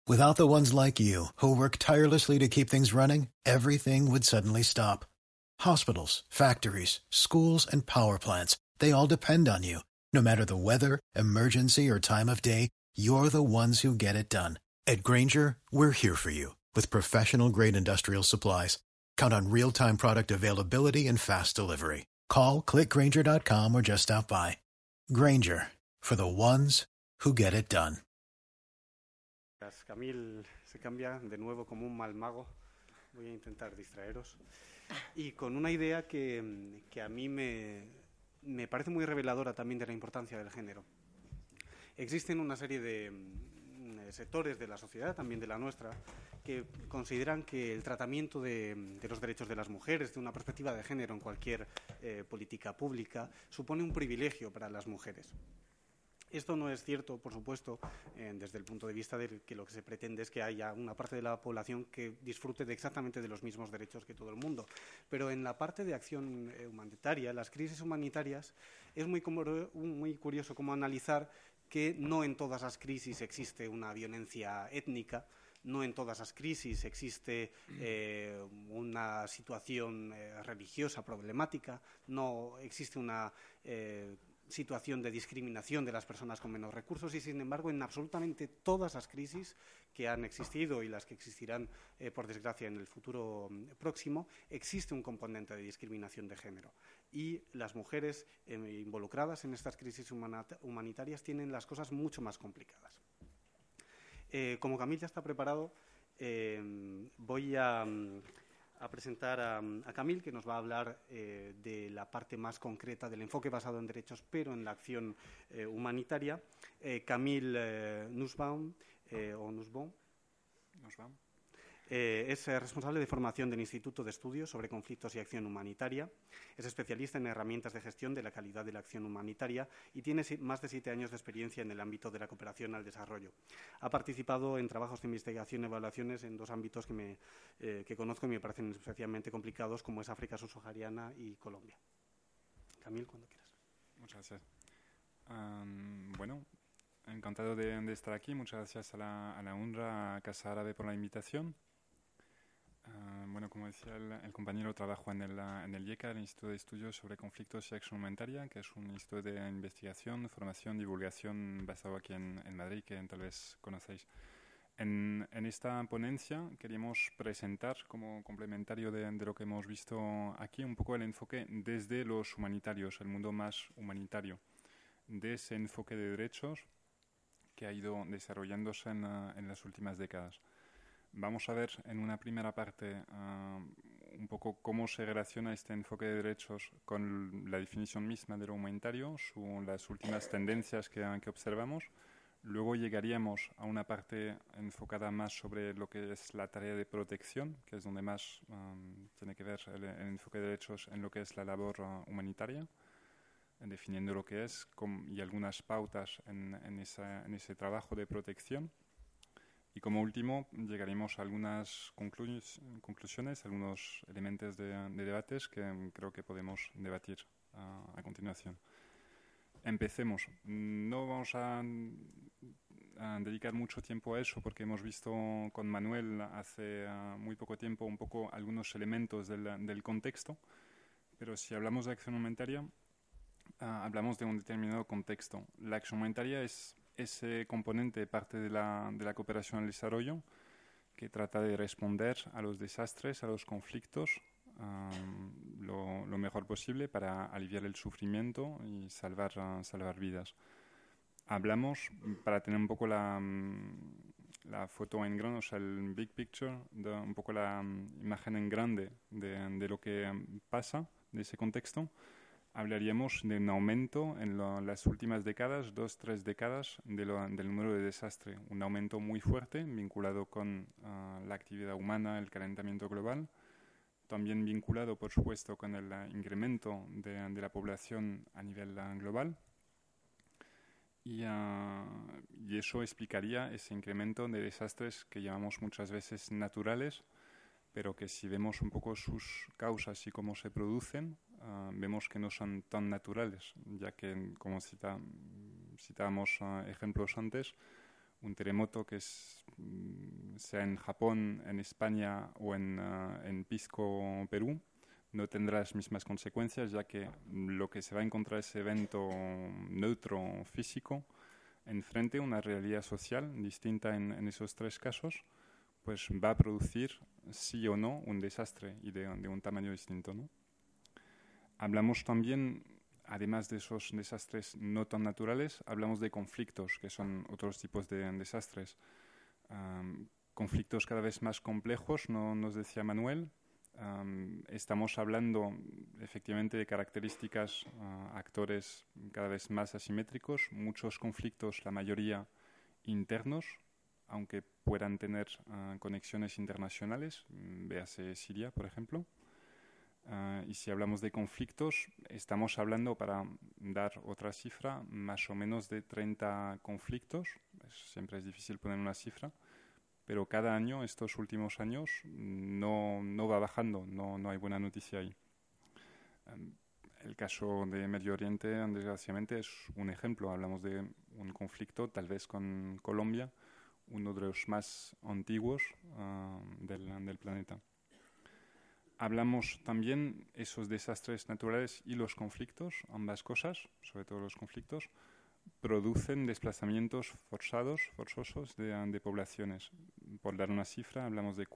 Without the ones like you, who work tirelessly to keep things running, everything would suddenly stop. Hospitals, factories, schools, and power plants, they all depend on you. No matter the weather, emergency, or time of day, you're the ones who get it done. At Grainger, we're here for you with professional-grade industrial supplies. Count on real-time product availability and fast delivery. Call, click Grainger.com, or just stop by. Grainger, for the ones who get it done. Camille se cambia de nuevo como un mal mago. Voy a intentar distraeros. Y con una idea que a mí me parece muy reveladora también de la importancia del género. Existen una serie de sectores de la sociedad, también de la nuestra, que consideran que el tratamiento de los derechos de las mujeres, de una perspectiva de género en cualquier política pública, supone un privilegio para las mujeres. Esto no es cierto, por supuesto, desde el punto de vista de que lo que se pretende es que haya una parte de la población que disfrute exactamente de los mismos derechos que todo el mundo. Pero en la parte de acción humanitaria, las crisis humanitarias, es muy curioso cómo analizar que no en todas las crisis existe una violencia étnica, no en todas las crisis existe una situación religiosa problemática, no existe una situación de discriminación de las personas con menos recursos y, sin embargo, en absolutamente todas las crisis que han existido y las que existirán, por desgracia, en el futuro próximo, existe un componente de discriminación de género. Y las mujeres involucradas en estas crisis humanitarias tienen las cosas mucho más complicadas. Como Camille ya está preparado, voy a presentar a Camille, que nos va a hablar de la parte más concreta del enfoque basado en derechos, pero en la acción humanitaria. Camille Nussbaum, es responsable de formación del Instituto de Estudios sobre Conflictos y Acción Humanitaria. Es especialista en herramientas de gestión de la calidad de la acción humanitaria y tiene más de 7 años de experiencia en el ámbito de la cooperación al desarrollo. Ha participado en trabajos de investigación y evaluaciones en 2 ámbitos que conozco y me parecen especialmente complicados, como es África subsahariana y Colombia. Camille, cuando quieras. Muchas gracias. Bueno, encantado de estar aquí. Muchas gracias a la UNRWA, a Casa Árabe, por la invitación. Bueno, como decía el compañero, trabajo en el IECA, el Instituto de Estudios sobre Conflictos y Acción Humanitaria, que es un instituto de investigación, formación, divulgación basado aquí en Madrid, que tal vez conocéis. En esta ponencia queríamos presentar, como complementario de lo que hemos visto aquí, un poco el enfoque desde los humanitarios, el mundo más humanitario, de ese enfoque de derechos que ha ido desarrollándose en las últimas décadas. Vamos a ver en una primera parte un poco cómo se relaciona este enfoque de derechos con la definición misma de lo humanitario, las últimas tendencias que observamos. Luego llegaríamos a una parte enfocada más sobre lo que es la tarea de protección, que es donde más tiene que ver el enfoque de derechos en lo que es la labor humanitaria, definiendo lo que es y algunas pautas en ese trabajo de protección. Y como último, llegaremos a algunas conclusiones, algunos elementos de debates que creo que podemos debatir a continuación. Empecemos. No vamos a dedicar mucho tiempo a eso porque hemos visto con Manuel hace muy poco tiempo un poco algunos elementos del contexto, pero si hablamos de acción humanitaria, hablamos de un determinado contexto. La acción humanitaria es ese componente, parte de la cooperación al desarrollo, que trata de responder a los desastres, a los conflictos, lo mejor posible para aliviar el sufrimiento y salvar vidas. Hablamos, para tener un poco la foto en grande, o sea, el big picture, un poco la imagen en grande de lo que pasa, de ese contexto. Hablaríamos de un aumento en las últimas décadas, 2-3 décadas, del número de desastres. Un aumento muy fuerte vinculado con la actividad humana, el calentamiento global. También vinculado, por supuesto, con el incremento de la población a nivel global. Y eso explicaría ese incremento de desastres que llamamos muchas veces naturales, pero que si vemos un poco sus causas y cómo se producen, vemos que no son tan naturales, ya que, como citábamos ejemplos antes, un terremoto que es sea en Japón, en España o en Pisco, Perú, no tendrá las mismas consecuencias, ya que lo que se va a encontrar ese evento neutro físico enfrente una realidad social distinta en esos tres casos, pues va a producir sí o no un desastre y de un tamaño distinto, ¿no? Hablamos también, además de esos desastres no tan naturales, hablamos de conflictos, que son otros tipos de desastres. Conflictos cada vez más complejos, nos decía Manuel. Estamos hablando efectivamente de características, actores cada vez más asimétricos, muchos conflictos, la mayoría internos, aunque puedan tener conexiones internacionales, véase Siria, por ejemplo. Y si hablamos de conflictos, estamos hablando, para dar otra cifra, más o menos de 30 conflictos. Siempre es difícil poner una cifra, pero cada año, estos últimos años, no va bajando, no hay buena noticia ahí. El caso de Medio Oriente, desgraciadamente, es un ejemplo. Hablamos de un conflicto, tal vez con Colombia, uno de los más antiguos del planeta. Hablamos también esos desastres naturales y los conflictos, ambas cosas, sobre todo los conflictos, producen desplazamientos forzosos de poblaciones. Por dar una cifra, hablamos de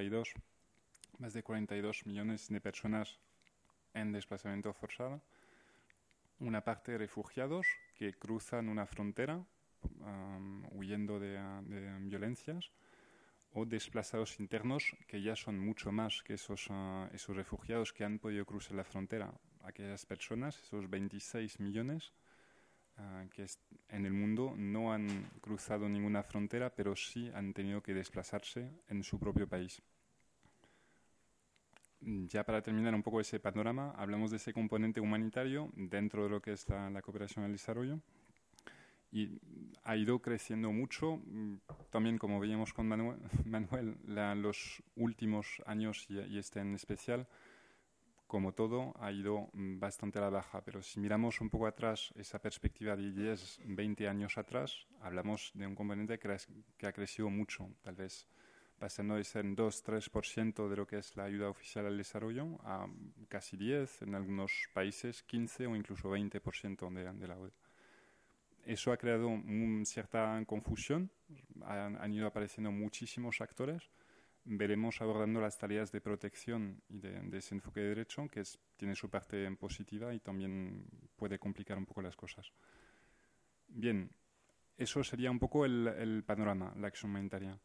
más de 42 millones de personas en desplazamiento forzado. Una parte de refugiados que cruzan una frontera huyendo de violencias, o desplazados internos que ya son mucho más que esos refugiados que han podido cruzar la frontera. Aquellas personas, esos 26 millones que en el mundo no han cruzado ninguna frontera, pero sí han tenido que desplazarse en su propio país. Ya para terminar un poco ese panorama, hablamos de ese componente humanitario dentro de lo que es la cooperación al desarrollo. Y ha ido creciendo mucho, también como veíamos con Manuel, los últimos años y este en especial, como todo, ha ido bastante a la baja. Pero si miramos un poco atrás, esa perspectiva de 10, 20 años atrás, hablamos de un componente que ha crecido mucho, tal vez pasando de ser 2-3% de lo que es la ayuda oficial al desarrollo a casi 10, en algunos países 15 o incluso 20% de la ODE. Eso ha creado cierta confusión, han ido apareciendo muchísimos actores. Veremos abordando las tareas de protección y de ese enfoque de derecho, que tiene su parte positiva y también puede complicar un poco las cosas. Bien, eso sería un poco el panorama, la acción humanitaria.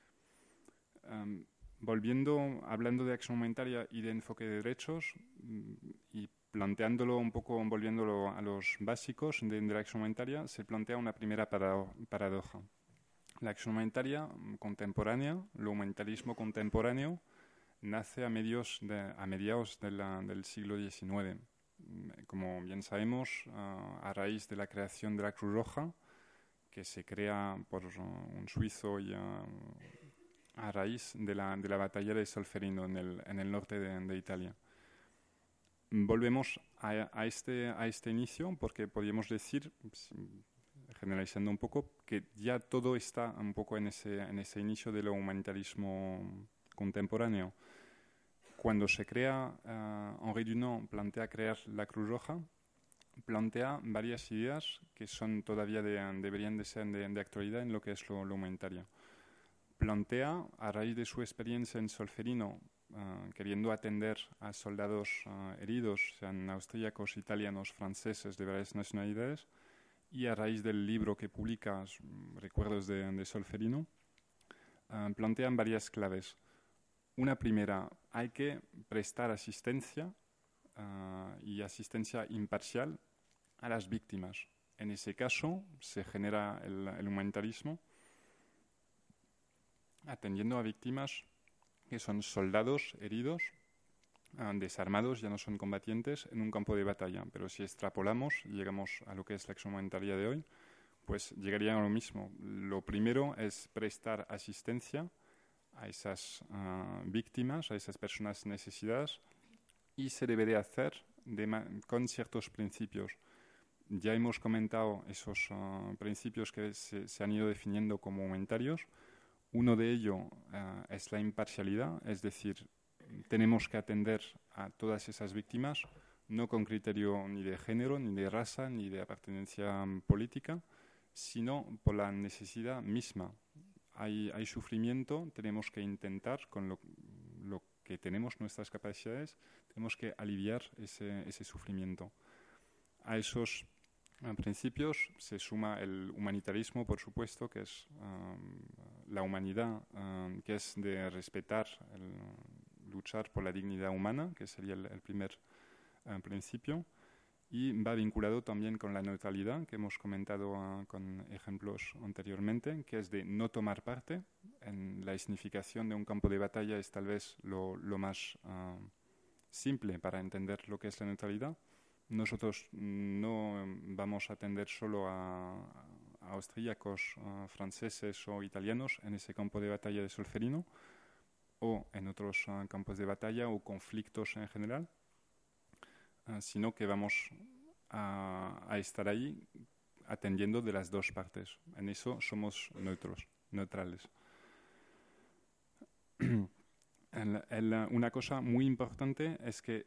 Hablando de acción humanitaria y de enfoque de derechos, y planteándolo un poco, volviéndolo a los básicos de la acción humanitaria, se plantea una primera paradoja. La acción humanitaria contemporánea, el humanitarismo contemporáneo, nace a mediados del siglo XIX. Como bien sabemos, a raíz de la creación de la Cruz Roja, que se crea por un suizo y a raíz de la batalla de Solferino en el norte de Italia. Volvemos a este inicio porque podríamos decir, generalizando un poco, que ya todo está un poco en ese inicio del humanitarismo contemporáneo. Cuando se crea, Henri Dunant plantea crear la Cruz Roja, plantea varias ideas que deberían de ser de actualidad en lo que es lo humanitario. Plantea, a raíz de su experiencia en Solferino, queriendo atender a soldados heridos, sean austríacos, italianos, franceses, de varias nacionalidades, y a raíz del libro que publica, Recuerdos de Solferino, plantean varias claves. Una primera, hay que prestar asistencia y asistencia imparcial a las víctimas. En ese caso se genera el humanitarismo atendiendo a víctimas que son soldados heridos, desarmados, ya no son combatientes en un campo de batalla. Pero si extrapolamos y llegamos a lo que es la acción humanitaria de hoy, pues llegaría a lo mismo. Lo primero es prestar asistencia a esas víctimas, a esas personas necesitadas, y se debe de hacer con ciertos principios. Ya hemos comentado esos principios que se han ido definiendo como humanitarios. Uno de ellos es la imparcialidad, es decir, tenemos que atender a todas esas víctimas, no con criterio ni de género, ni de raza, ni de pertenencia política, sino por la necesidad misma. Hay sufrimiento, tenemos que intentar, con lo que tenemos, nuestras capacidades, tenemos que aliviar ese sufrimiento. A esos principios se suma el humanitarismo, por supuesto, que es la humanidad, que es de respetar, luchar por la dignidad humana, que sería el primer principio, y va vinculado también con la neutralidad, que hemos comentado con ejemplos anteriormente, que es de no tomar parte. En la significación de un campo de batalla es tal vez lo más simple para entender lo que es la neutralidad. Nosotros no vamos a atender solo a austríacos, franceses o italianos en ese campo de batalla de Solferino o en otros campos de batalla o conflictos en general, sino que vamos a estar ahí atendiendo de las dos partes. En eso somos neutrales. Una cosa muy importante es que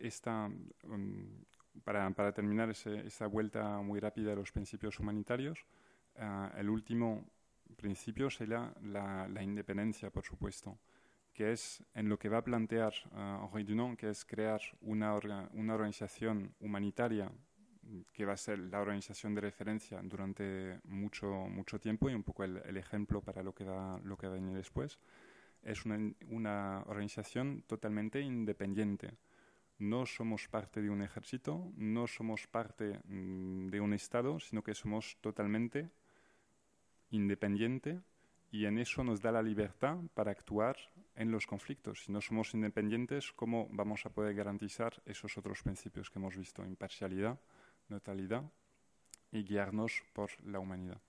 para terminar esa vuelta muy rápida a los principios humanitarios, el último principio sería la independencia, por supuesto, que es en lo que va a plantear Henri Dunant, que es crear una organización humanitaria que va a ser la organización de referencia durante mucho tiempo y un poco el ejemplo para lo que va a venir después. Es una organización totalmente independiente. No somos parte de un ejército, no somos parte de un Estado, sino que somos totalmente independiente, y en eso nos da la libertad para actuar en los conflictos. Si no somos independientes, ¿cómo vamos a poder garantizar esos otros principios que hemos visto? Imparcialidad, neutralidad y guiarnos por la humanidad.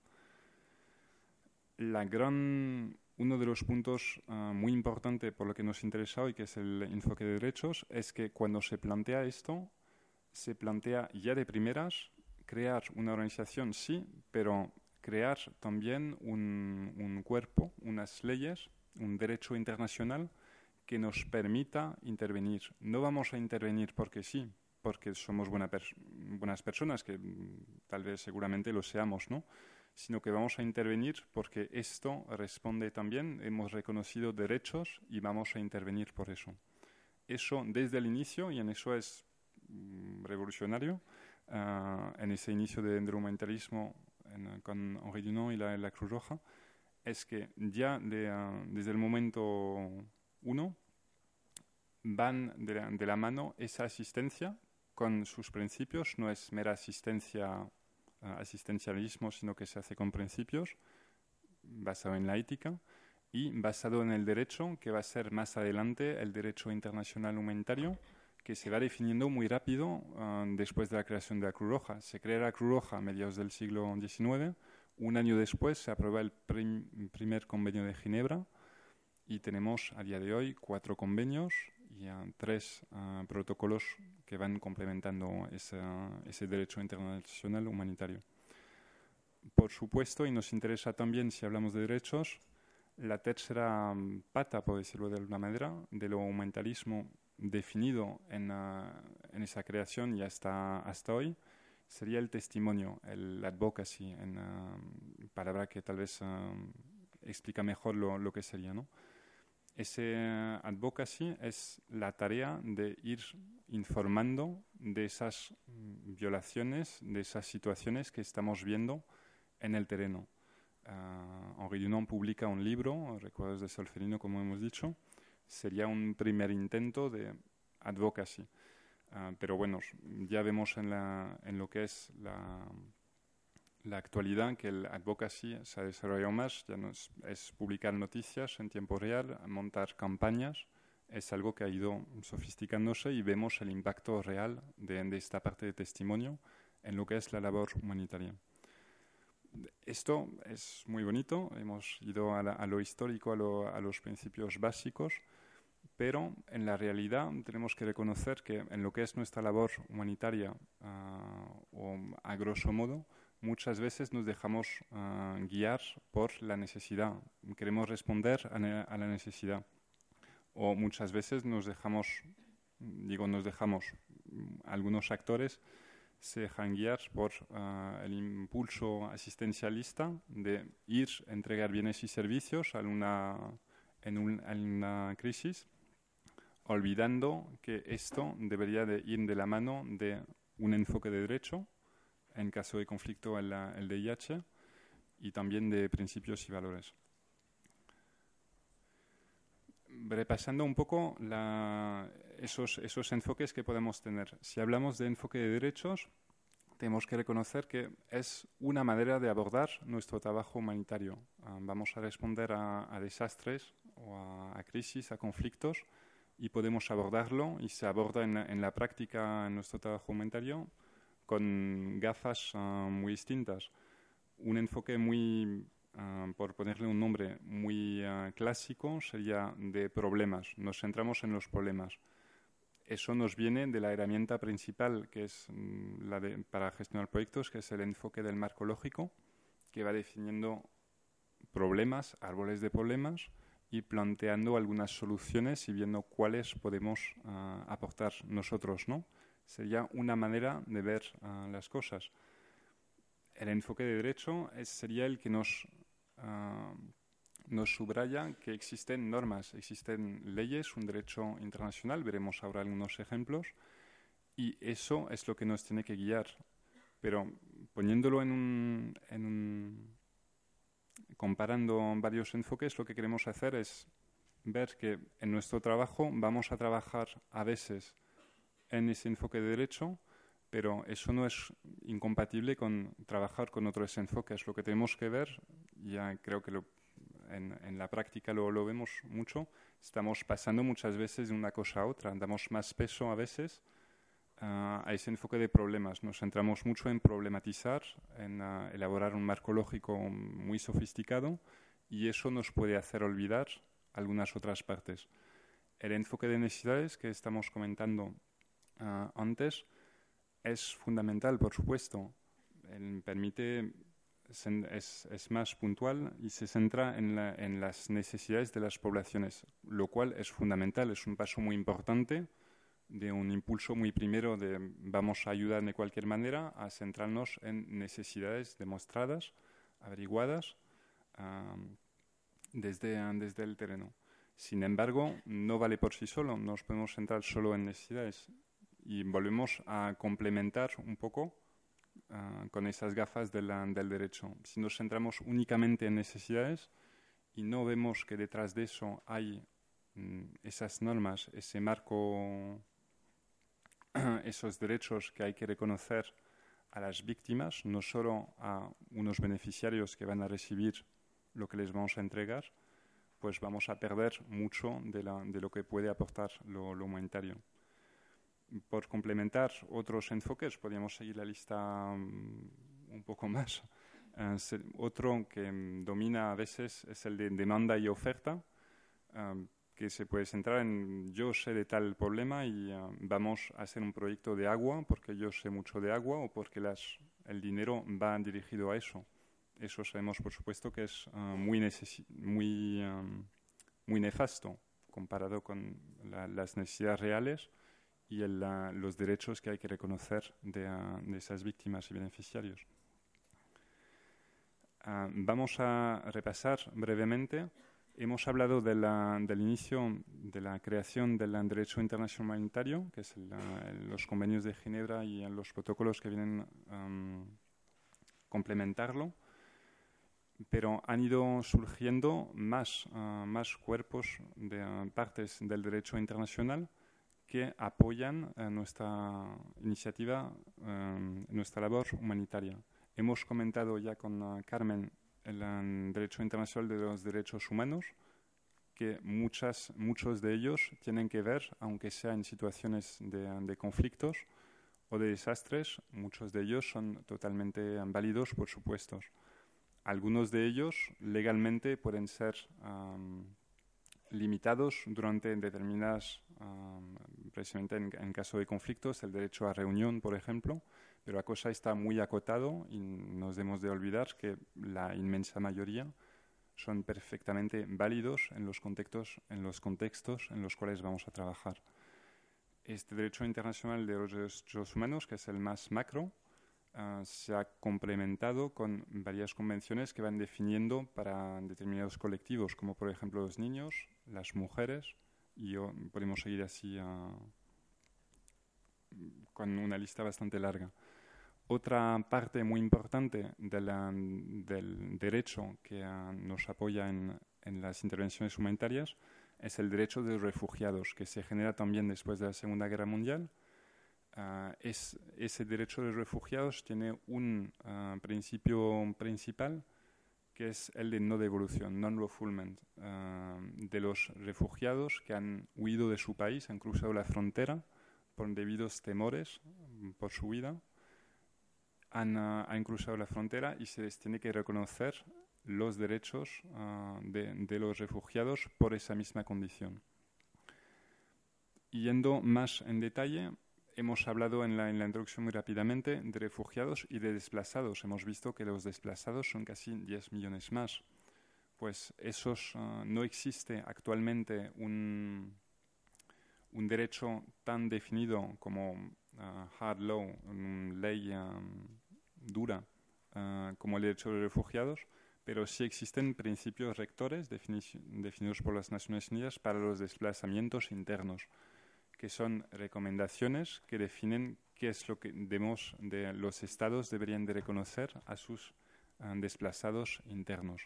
Uno de los puntos muy importantes por lo que nos interesa hoy, que es el enfoque de derechos, es que cuando se plantea esto, se plantea ya de primeras crear una organización, sí, pero crear también un cuerpo, unas leyes, un derecho internacional que nos permita intervenir. No vamos a intervenir porque sí, porque somos buenas personas, que tal vez seguramente lo seamos, ¿no? Sino que vamos a intervenir porque esto responde también, hemos reconocido derechos y vamos a intervenir por eso. Eso desde el inicio, y en eso es revolucionario, en ese inicio del humanitarismo con Henri Dunant y la Cruz Roja, es que ya desde el momento 1 van de la mano esa asistencia con sus principios, no es mera asistencialismo, sino que se hace con principios, basado en la ética y basado en el derecho, que va a ser más adelante el derecho internacional humanitario, que se va definiendo muy rápido después de la creación de la Cruz Roja. Se crea la Cruz Roja a mediados del siglo XIX, un año después se aprueba el primer convenio de Ginebra y tenemos a día de hoy 4 convenios y 3 protocolos que van complementando ese derecho internacional humanitario. Por supuesto, y nos interesa también, si hablamos de derechos, la tercera pata, por decirlo de alguna manera, de lo humanitarismo definido en esa creación y hasta hoy, sería el testimonio, el advocacy, en palabra que tal vez explica mejor lo que sería, ¿no? Ese advocacy es la tarea de ir informando de esas violaciones, de esas situaciones que estamos viendo en el terreno. Henri Dunant publica un libro, Recuerdos de Solferino, como hemos dicho. Sería un primer intento de advocacy. Pero bueno, ya vemos en lo que es la actualidad que el advocacy se ha desarrollado más, ya no es publicar noticias en tiempo real, montar campañas, es algo que ha ido sofisticándose y vemos el impacto real de esta parte de testimonio en lo que es la labor humanitaria. Esto es muy bonito, hemos ido a lo histórico, a los principios básicos, pero en la realidad tenemos que reconocer que en lo que es nuestra labor humanitaria, o a grosso modo, muchas veces nos dejamos guiar por la necesidad. Queremos responder a la necesidad. O muchas veces algunos actores se dejan guiar por el impulso asistencialista de ir a entregar bienes y servicios en una crisis, olvidando que esto debería de ir de la mano de un enfoque de derecho, en caso de conflicto el VIH, y también de principios y valores. Repasando un poco esos enfoques que podemos tener. Si hablamos de enfoque de derechos, tenemos que reconocer que es una manera de abordar nuestro trabajo humanitario. Vamos a responder a desastres o a crisis, a conflictos, y podemos abordarlo, y se aborda en la práctica en nuestro trabajo humanitario con gafas muy distintas. Un enfoque muy, por ponerle un nombre, muy clásico sería de problemas. Nos centramos en los problemas. Eso nos viene de la herramienta principal, que es para gestionar proyectos, que es el enfoque del marco lógico, que va definiendo problemas, árboles de problemas, y planteando algunas soluciones y viendo cuáles podemos aportar nosotros, ¿no? Sería una manera de ver las cosas. El enfoque de derecho sería el que nos subraya que existen normas, existen leyes, un derecho internacional, veremos ahora algunos ejemplos, y eso es lo que nos tiene que guiar. Pero poniéndolo comparando varios enfoques, lo que queremos hacer es ver que en nuestro trabajo vamos a trabajar a veces en ese enfoque de derecho, pero eso no es incompatible con trabajar con otros enfoques. Lo que tenemos que ver, ya creo que en la práctica lo vemos mucho, estamos pasando muchas veces de una cosa a otra, damos más peso a veces a ese enfoque de problemas. Nos centramos mucho en problematizar, en elaborar un marco lógico muy sofisticado, y eso nos puede hacer olvidar algunas otras partes. El enfoque de necesidades que estamos comentando antes es fundamental, por supuesto. Es más puntual y se centra en las necesidades de las poblaciones, lo cual es fundamental, es un paso muy importante de un impulso muy primero de vamos a ayudar de cualquier manera a centrarnos en necesidades demostradas, averiguadas desde el terreno. Sin embargo, no vale por sí solo, no nos podemos centrar solo en necesidades, y volvemos a complementar un poco con esas gafas del derecho. Si nos centramos únicamente en necesidades y no vemos que detrás de eso hay esas normas, ese marco, esos derechos que hay que reconocer a las víctimas, no solo a unos beneficiarios que van a recibir lo que les vamos a entregar, pues vamos a perder mucho de lo que puede aportar lo humanitario. Por complementar otros enfoques, podríamos seguir la lista un poco más. Otro que domina a veces es el de demanda y oferta, que se puede centrar en yo sé de tal problema y vamos a hacer un proyecto de agua porque yo sé mucho de agua o porque el dinero va dirigido a eso. Eso sabemos, por supuesto, que es muy nefasto comparado con las necesidades reales y los derechos que hay que reconocer de esas víctimas y beneficiarios. Vamos a repasar brevemente. Hemos hablado del inicio de la creación del derecho internacional humanitario, que es los convenios de Ginebra y los protocolos que vienen a complementarlo, pero han ido surgiendo más cuerpos de partes del derecho internacional que apoyan nuestra iniciativa, nuestra labor humanitaria. Hemos comentado ya con Carmen el derecho internacional de los derechos humanos, que muchos de ellos tienen que ver, aunque sea en situaciones de conflictos o de desastres, muchos de ellos son totalmente válidos, por supuesto. Algunos de ellos legalmente pueden ser limitados durante determinadas, precisamente en caso de conflictos, el derecho a reunión, por ejemplo, pero la cosa está muy acotado y nos debemos de olvidar que la inmensa mayoría son perfectamente válidos en los contextos en los cuales vamos a trabajar. Este derecho internacional de los derechos humanos, que es el más macro, se ha complementado con varias convenciones que van definiendo para determinados colectivos, como por ejemplo los niños, las mujeres, y podemos seguir así con una lista bastante larga. Otra parte muy importante del derecho que nos apoya en las intervenciones humanitarias es el derecho de los refugiados, que se genera también después de la Segunda Guerra Mundial. Ese derecho de los refugiados tiene un principio principal, que es el de no devolución, non-refoulement, de los refugiados que han huido de su país, han cruzado la frontera por debidos temores por su vida, han cruzado la frontera y se les tiene que reconocer los derechos de los refugiados por esa misma condición. Yendo más en detalle, hemos hablado en la introducción muy rápidamente de refugiados y de desplazados. Hemos visto que los desplazados son casi 10 millones más. Pues no existe actualmente un derecho tan definido como hard law, ley dura, como el derecho de refugiados, pero sí existen principios rectores definidos por las Naciones Unidas para los desplazamientos internos, que son recomendaciones que definen qué es lo que los estados deberían de reconocer a sus desplazados internos.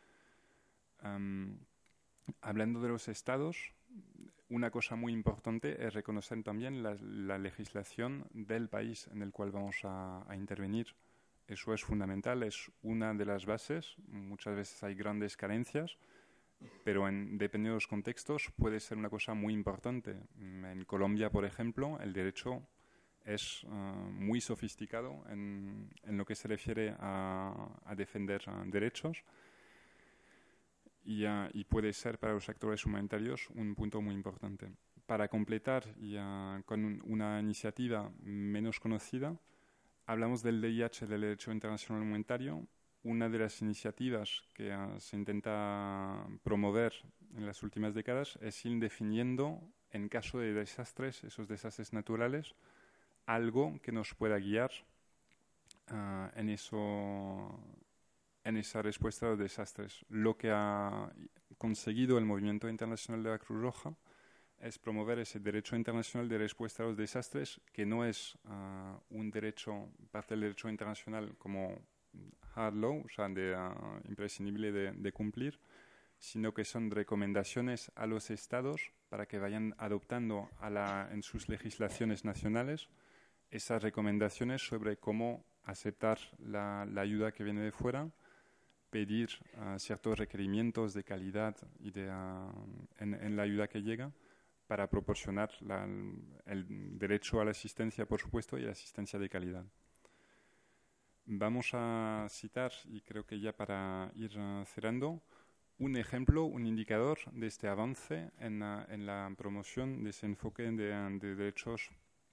Hablando de los estados, una cosa muy importante es reconocer también la legislación del país en el cual vamos a intervenir. Eso es fundamental, es una de las bases. Muchas veces hay grandes carencias, pero dependiendo de los contextos puede ser una cosa muy importante. En Colombia, por ejemplo, el derecho es muy sofisticado en lo que se refiere a defender derechos y puede ser para los actores humanitarios un punto muy importante. Para completar con una iniciativa menos conocida, hablamos del DIH, del Derecho Internacional Humanitario. Una de las iniciativas que se intenta promover en las últimas décadas es ir definiendo, en caso de desastres, esos desastres naturales, algo que nos pueda guiar en esa respuesta a los desastres. Lo que ha conseguido el Movimiento Internacional de la Cruz Roja es promover ese derecho internacional de respuesta a los desastres, que no es un derecho, parte del derecho internacional como hard law, o sea, imprescindible de cumplir, sino que son recomendaciones a los estados para que vayan adoptando en sus legislaciones nacionales esas recomendaciones sobre cómo aceptar la ayuda que viene de fuera, pedir ciertos requerimientos de calidad y en la ayuda que llega, para proporcionar el derecho a la asistencia, por supuesto, y la asistencia de calidad. Vamos a citar, y creo que ya para ir cerrando, un ejemplo, un indicador de este avance en la promoción de ese enfoque de derechos,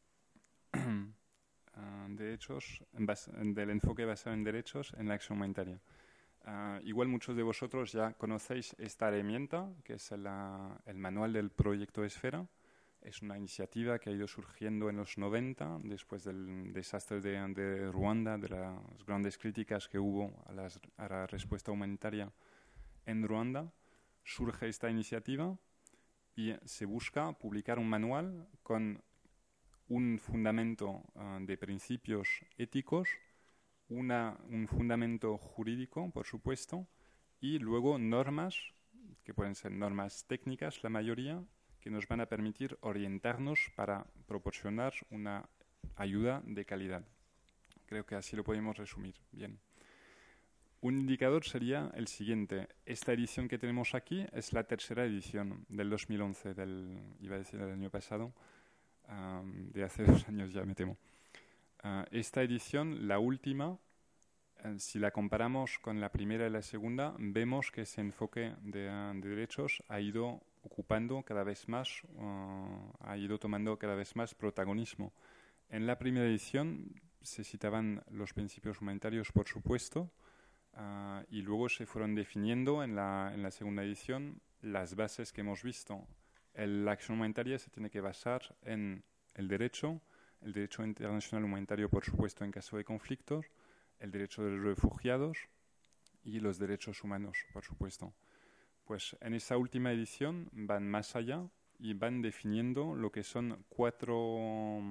del enfoque basado en derechos en la acción humanitaria. Igual muchos de vosotros ya conocéis esta herramienta, que es el manual del proyecto Esfera. Es una iniciativa que ha ido surgiendo en los 90, después del desastre de Ruanda, de las grandes críticas que hubo a la respuesta humanitaria en Ruanda. Surge esta iniciativa y se busca publicar un manual con un fundamento de principios éticos, un fundamento jurídico, por supuesto, y luego normas, que pueden ser normas técnicas, la mayoría, que nos van a permitir orientarnos para proporcionar una ayuda de calidad. Creo que así lo podemos resumir bien. Un indicador sería el siguiente. Esta edición que tenemos aquí es la tercera edición del 2011, iba a decir del año pasado, de hace 2 años ya me temo. Esta edición, la última, si la comparamos con la primera y la segunda, vemos que ese enfoque de derechos ha ido ocupando cada vez más, ha ido tomando cada vez más protagonismo. En la primera edición se citaban los principios humanitarios, por supuesto, y luego se fueron definiendo en la segunda edición las bases que hemos visto. La acción humanitaria se tiene que basar en el derecho internacional humanitario, por supuesto, en caso de conflictos, el derecho de los refugiados y los derechos humanos, por supuesto. Pues en esta última edición van más allá y van definiendo lo que son cuatro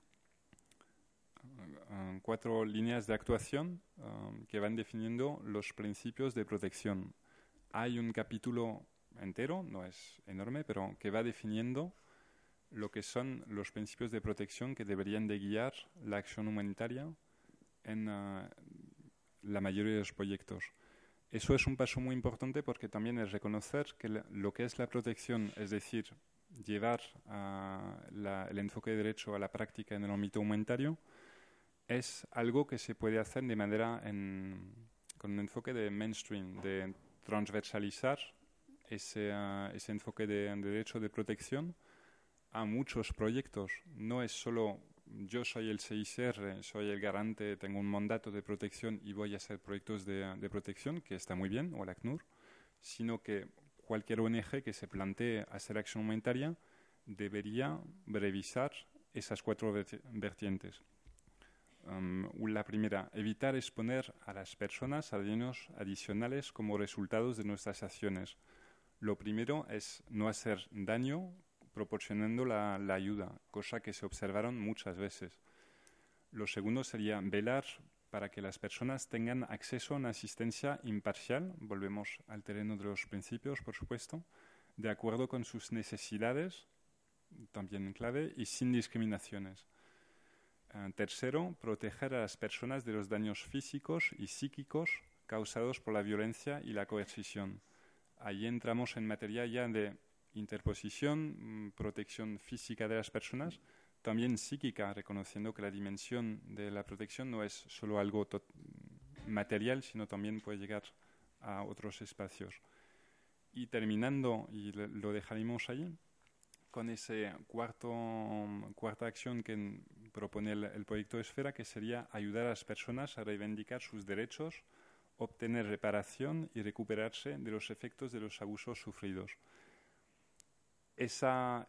líneas de actuación que van definiendo los principios de protección. Hay un capítulo entero, no es enorme, pero que va definiendo lo que son los principios de protección que deberían de guiar la acción humanitaria en la mayoría de los proyectos. Eso es un paso muy importante porque también es reconocer que lo que es la protección, es decir, llevar el enfoque de derecho a la práctica en el ámbito humanitario, es algo que se puede hacer de manera con un enfoque de mainstream, de transversalizar ese enfoque de derecho de protección a muchos proyectos. No es solo yo soy el CICR, soy el garante, tengo un mandato de protección y voy a hacer proyectos de protección, que está muy bien, o el ACNUR, sino que cualquier ONG que se plantee hacer acción humanitaria debería revisar esas cuatro vertientes. La primera, evitar exponer a las personas a daños adicionales como resultados de nuestras acciones. Lo primero es no hacer daño proporcionando la ayuda, cosa que se observaron muchas veces. Lo segundo sería velar para que las personas tengan acceso a una asistencia imparcial, volvemos al terreno de los principios, por supuesto, de acuerdo con sus necesidades, también clave, y sin discriminaciones. Tercero, proteger a las personas de los daños físicos y psíquicos causados por la violencia y la coercición. Ahí entramos en materia ya de interposición, protección física de las personas, también psíquica, reconociendo que la dimensión de la protección no es solo algo material, sino también puede llegar a otros espacios. Y terminando, y lo dejaremos ahí, con esa cuarta acción que propone el proyecto Esfera, que sería ayudar a las personas a reivindicar sus derechos, obtener reparación y recuperarse de los efectos de los abusos sufridos. Ese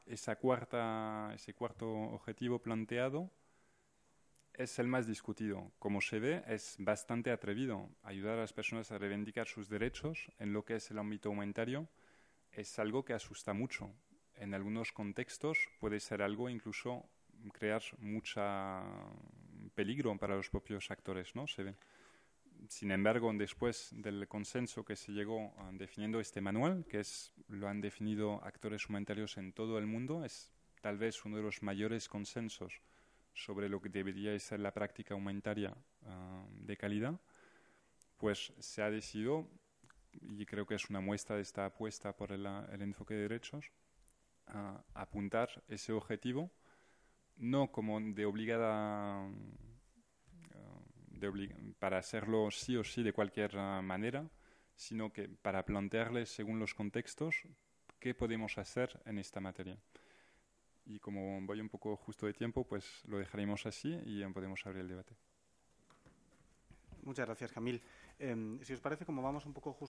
cuarto objetivo planteado es el más discutido. Como se ve, es bastante atrevido. Ayudar a las personas a reivindicar sus derechos en lo que es el ámbito humanitario es algo que asusta mucho. En algunos contextos puede ser algo incluso crear mucho peligro para los propios actores, ¿no? Se ve. Sin embargo, después del consenso que se llegó definiendo este manual, que lo han definido actores humanitarios en todo el mundo, es tal vez uno de los mayores consensos sobre lo que debería ser la práctica humanitaria de calidad, pues se ha decidido, y creo que es una muestra de esta apuesta por el enfoque de derechos, apuntar ese objetivo, no como de obligada... para hacerlo sí o sí de cualquier manera, sino que para plantearles según los contextos qué podemos hacer en esta materia. Y como voy un poco justo de tiempo, pues lo dejaremos así y podemos abrir el debate. Muchas gracias, Camil. Si os parece, como vamos un poco justo